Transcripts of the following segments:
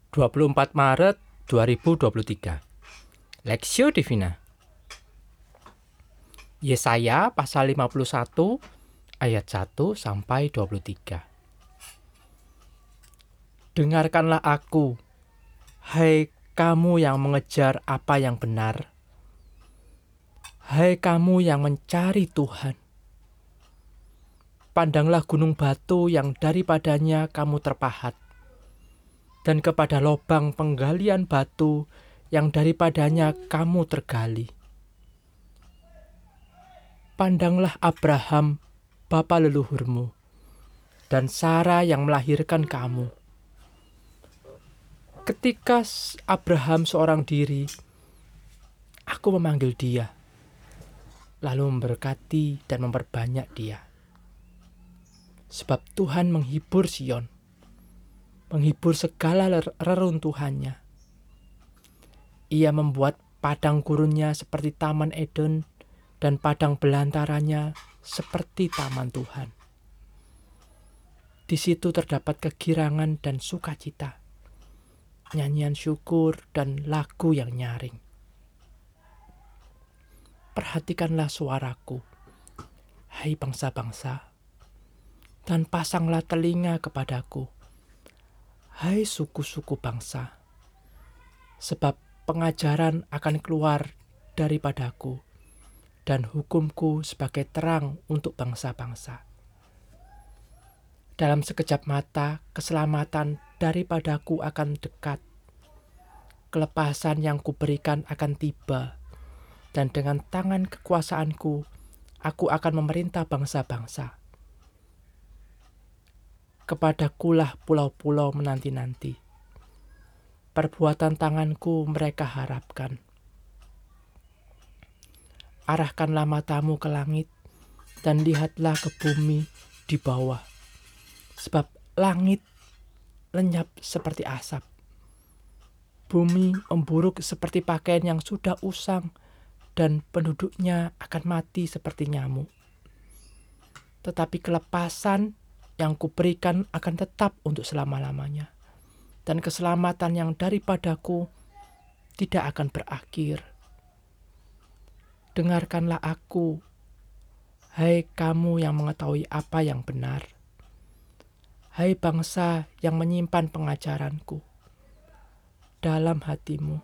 24 Maret 2023. Lexio Divina. Yesaya pasal 51 ayat 1 sampai 23. Dengarkanlah aku, hai kamu yang mengejar apa yang benar, hai kamu yang mencari Tuhan. Pandanglah gunung batu yang daripadanya kamu terpahat, dan kepada lobang penggalian batu yang daripadanya kamu tergali. Pandanglah Abraham, bapa leluhurmu, dan Sarah yang melahirkan kamu. Ketika Abraham seorang diri, aku memanggil dia, lalu memberkati dan memperbanyak dia. Sebab Tuhan menghibur Sion, menghibur segala reruntuhannya. Ia membuat padang gurunnya seperti taman Eden, dan padang belantaranya seperti taman Tuhan. Di situ terdapat kegirangan dan sukacita, nyanyian syukur dan lagu yang nyaring. Perhatikanlah suaraku, hai bangsa-bangsa, dan pasanglah telinga kepadaku, hai suku-suku bangsa. Sebab pengajaran akan keluar daripadaku, dan hukumku sebagai terang untuk bangsa-bangsa. Dalam sekejap mata, keselamatan daripadaku akan dekat. Kelepasan yang kuberikan akan tiba, dan dengan tangan kekuasaanku, aku akan memerintah bangsa-bangsa. Kepadakulah pulau-pulau menanti-nanti. Perbuatan tanganku mereka harapkan. Arahkanlah matamu ke langit, dan lihatlah ke bumi di bawah. Sebab langit lenyap seperti asap. Bumi memburuk seperti pakaian yang sudah usang, dan penduduknya akan mati seperti nyamuk. Tetapi kelepasan yang kuberikan akan tetap untuk selama-lamanya, dan keselamatan yang daripadaku tidak akan berakhir. Dengarkanlah aku, hai kamu yang mengetahui apa yang benar, hai bangsa yang menyimpan pengajaranku dalam hatimu.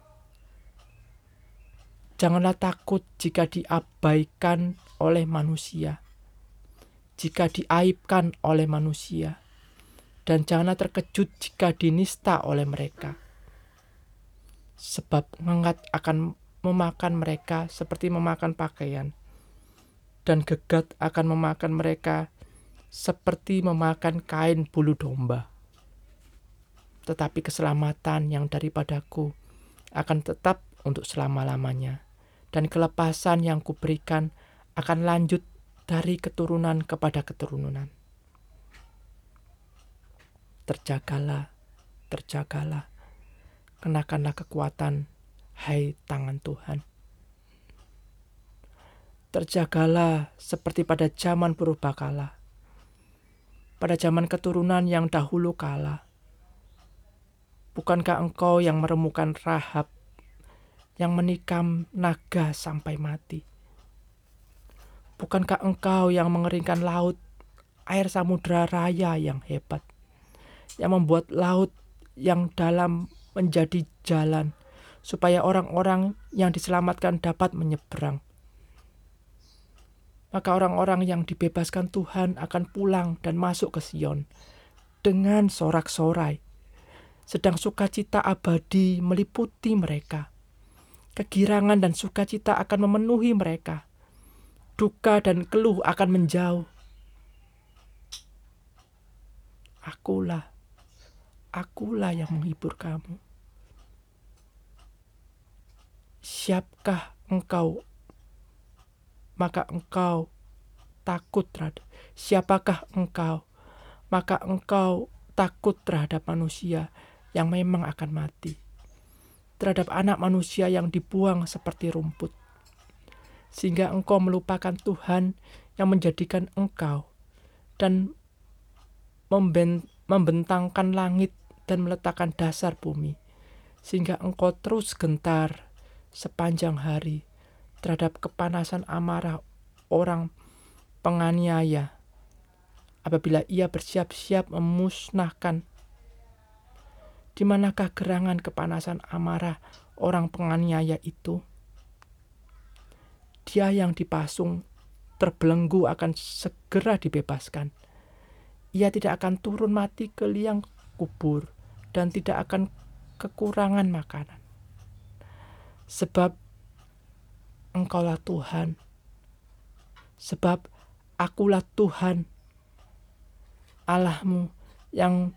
Janganlah takut jika diabaikan oleh manusia, jika diaibkan oleh manusia, dan janganlah terkejut jika dinista oleh mereka. Sebab ngengat akan memakan mereka seperti memakan pakaian, dan gegat akan memakan mereka seperti memakan kain bulu domba. Tetapi keselamatan yang daripadaku akan tetap untuk selama-lamanya, dan kelepasan yang kuberikan akan lanjut dari keturunan kepada keturunan. Terjagalah, terjagalah, kenakanlah kekuatan, hai tangan Tuhan. Terjagalah seperti pada zaman purbakala, pada zaman keturunan yang dahulu kala. Bukankah engkau yang meremukan Rahab, yang menikam naga sampai mati? Bukankah engkau yang mengeringkan laut, air samudra raya yang hebat, yang membuat laut yang dalam menjadi jalan, supaya orang-orang yang diselamatkan dapat menyeberang? Maka orang-orang yang dibebaskan Tuhan akan pulang dan masuk ke Sion dengan sorak-sorai, sedang sukacita abadi meliputi mereka. Kegirangan dan sukacita akan memenuhi mereka. Duka dan keluh akan menjauh. Akulah yang menghibur kamu. Siapkah engkau? Maka engkau takut terhadap. Siapakah engkau? Maka engkau takut terhadap manusia yang memang akan mati, terhadap anak manusia yang dibuang seperti rumput, sehingga engkau melupakan Tuhan yang menjadikan engkau, dan membentangkan langit dan meletakkan dasar bumi, sehingga engkau terus gentar sepanjang hari terhadap kepanasan amarah orang penganiaya, apabila ia bersiap-siap memusnahkan. Di manakah gerangan kepanasan amarah orang penganiaya itu? Dia yang dipasung terbelenggu akan segera dibebaskan. Ia tidak akan turun mati ke liang kubur dan tidak akan kekurangan makanan. Sebab Engkaulah Tuhan. Sebab Akulah Tuhan Allahmu yang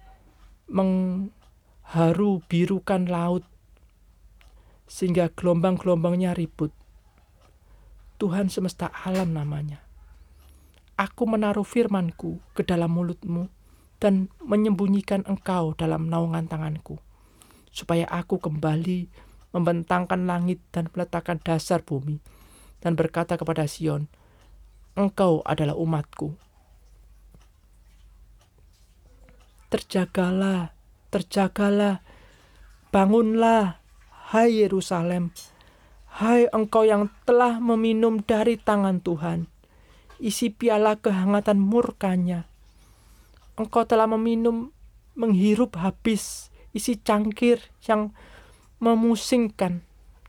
mengharu birukan laut sehingga gelombang-gelombangnya ribut. Tuhan semesta alam namanya. Aku menaruh firman-Ku ke dalam mulutmu dan menyembunyikan engkau dalam naungan tanganku, supaya aku kembali membentangkan langit dan meletakkan dasar bumi, dan berkata kepada Sion, engkau adalah umatku. Terjagalah, terjagalah, bangunlah, hai Yerusalem, hai engkau yang telah meminum dari tangan Tuhan, isi piala kehangatan murkanya. Engkau telah menghirup habis isi cangkir yang memusingkan.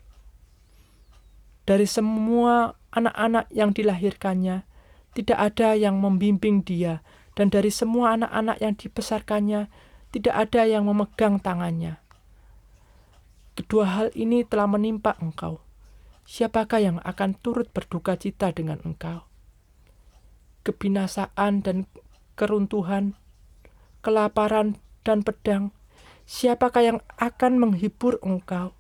Dari semua anak-anak yang dilahirkannya, tidak ada yang membimbing dia, dan dari semua anak-anak yang dibesarkannya, tidak ada yang memegang tangannya. Kedua hal ini telah menimpa engkau. Siapakah yang akan turut berduka cita dengan engkau? Kebinasaan dan keruntuhan, kelaparan dan pedang, siapakah yang akan menghibur engkau?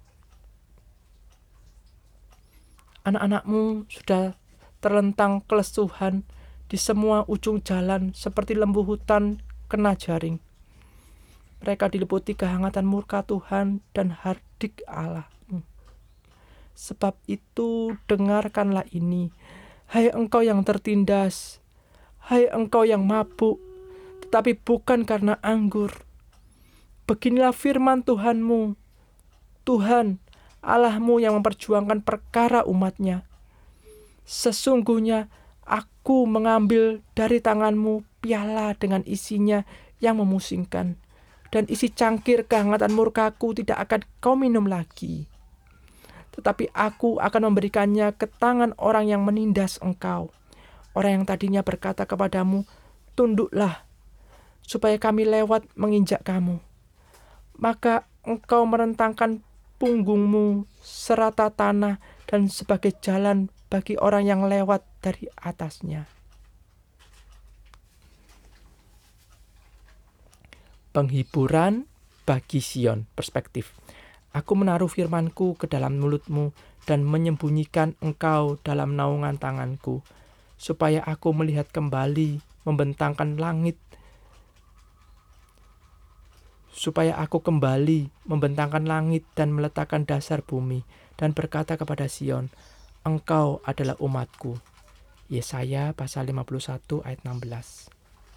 Anak-anakmu sudah terlentang kelesuhan di semua ujung jalan seperti lembu hutan kena jaring. Mereka diliputi kehangatan murka Tuhan dan hardik Allah. Sebab itu dengarkanlah ini, hai engkau yang tertindas, hai engkau yang mabuk, tetapi bukan karena anggur. Beginilah firman Tuhanmu, Tuhan Allahmu yang memperjuangkan perkara umatnya. Sesungguhnya aku mengambil dari tanganmu piala dengan isinya yang memusingkan, dan isi cangkir kehangatan murkaku tidak akan kau minum lagi. Tetapi aku akan memberikannya ke tangan orang yang menindas engkau, orang yang tadinya berkata kepadamu, tunduklah, supaya kami lewat menginjak kamu. Maka engkau merentangkan punggungmu serata tanah dan sebagai jalan bagi orang yang lewat dari atasnya. Penghiburan bagi Sion, perspektif. Aku menaruh firman-Ku ke dalam mulutmu dan menyembunyikan engkau dalam naungan tanganku, supaya aku melihat kembali membentangkan langit, dan meletakkan dasar bumi, dan berkata kepada Sion, engkau adalah umatku. Yesaya pasal 51 ayat 16.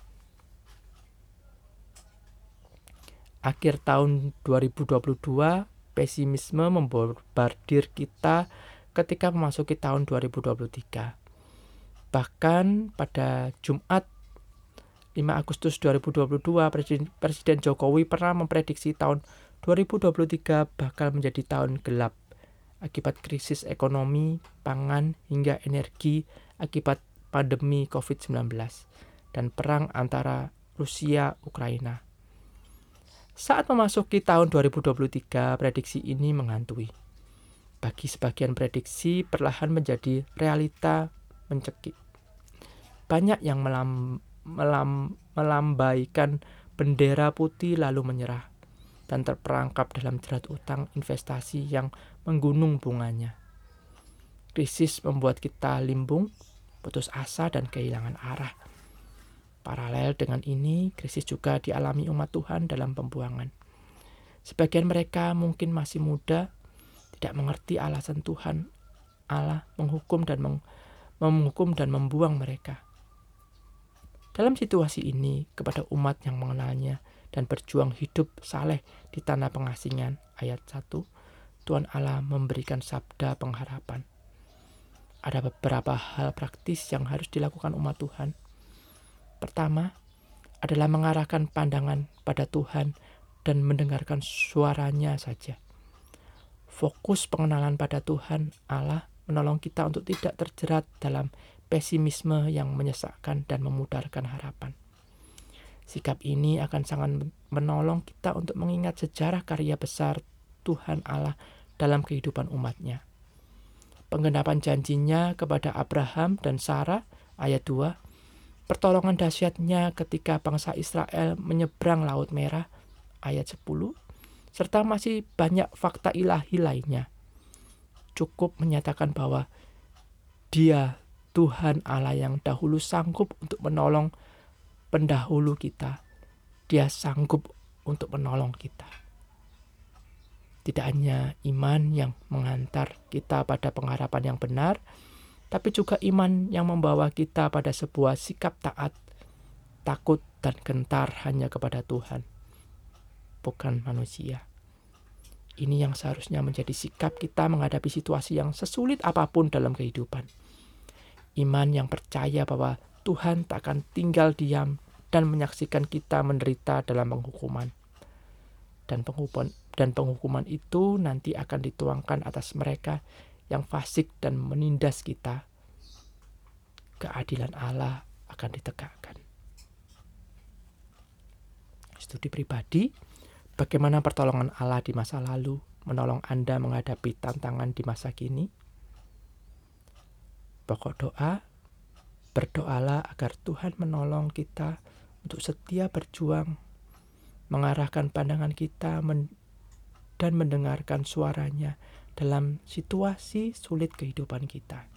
Akhir tahun 2022, pesimisme membombardir kita ketika memasuki tahun 2023. Bahkan pada Jumat 5 Agustus 2022, Presiden Jokowi pernah memprediksi tahun 2023 bakal menjadi tahun gelap akibat krisis ekonomi, pangan, hingga energi akibat pandemi COVID-19 dan perang antara Rusia-Ukraina. Saat memasuki tahun 2023, prediksi ini menghantui. Bagi sebagian prediksi perlahan menjadi realita mencekik. Banyak yang melambaikan bendera putih lalu menyerah dan terperangkap dalam jerat utang investasi yang menggunung bunganya. Krisis membuat kita limbung, putus asa, dan kehilangan arah. Paralel dengan ini, krisis juga dialami umat Tuhan dalam pembuangan. Sebagian mereka mungkin masih muda, tidak mengerti alasan Tuhan Allah menghukum dan membuang mereka. Dalam situasi ini, kepada umat yang mengenalnya dan berjuang hidup saleh di tanah pengasingan. Ayat 1, Tuhan Allah memberikan sabda pengharapan. Ada beberapa hal praktis yang harus dilakukan umat Tuhan. Pertama adalah mengarahkan pandangan pada Tuhan dan mendengarkan suaranya saja. Fokus pengenalan pada Tuhan Allah menolong kita untuk tidak terjerat dalam pesimisme yang menyesakkan dan memudarkan harapan. Sikap ini akan sangat menolong kita untuk mengingat sejarah karya besar Tuhan Allah dalam kehidupan umatnya. Penggenapan janjinya kepada Abraham dan Sarah, ayat 2, pertolongan dahsyatnya ketika bangsa Israel menyeberang Laut Merah, ayat 10, serta masih banyak fakta ilahi lainnya. Cukup menyatakan bahwa Dia, Tuhan Allah yang dahulu sanggup untuk menolong pendahulu kita. Dia sanggup untuk menolong kita. Tidak hanya iman yang mengantar kita pada pengharapan yang benar, tapi juga iman yang membawa kita pada sebuah sikap taat, takut dan gentar hanya kepada Tuhan, bukan manusia. Ini yang seharusnya menjadi sikap kita menghadapi situasi yang sesulit apapun dalam kehidupan. Iman yang percaya bahwa Tuhan tak akan tinggal diam dan menyaksikan kita menderita dalam penghukuman. Dan penghukuman itu nanti akan dituangkan atas mereka yang fasik dan menindas kita. Keadilan Allah akan ditegakkan. Studi pribadi, bagaimana pertolongan Allah di masa lalu menolong Anda menghadapi tantangan di masa kini? Pokok doa, berdoalah agar Tuhan menolong kita untuk setia berjuang, mengarahkan pandangan kita dan mendengarkan suaranya dalam situasi sulit kehidupan kita.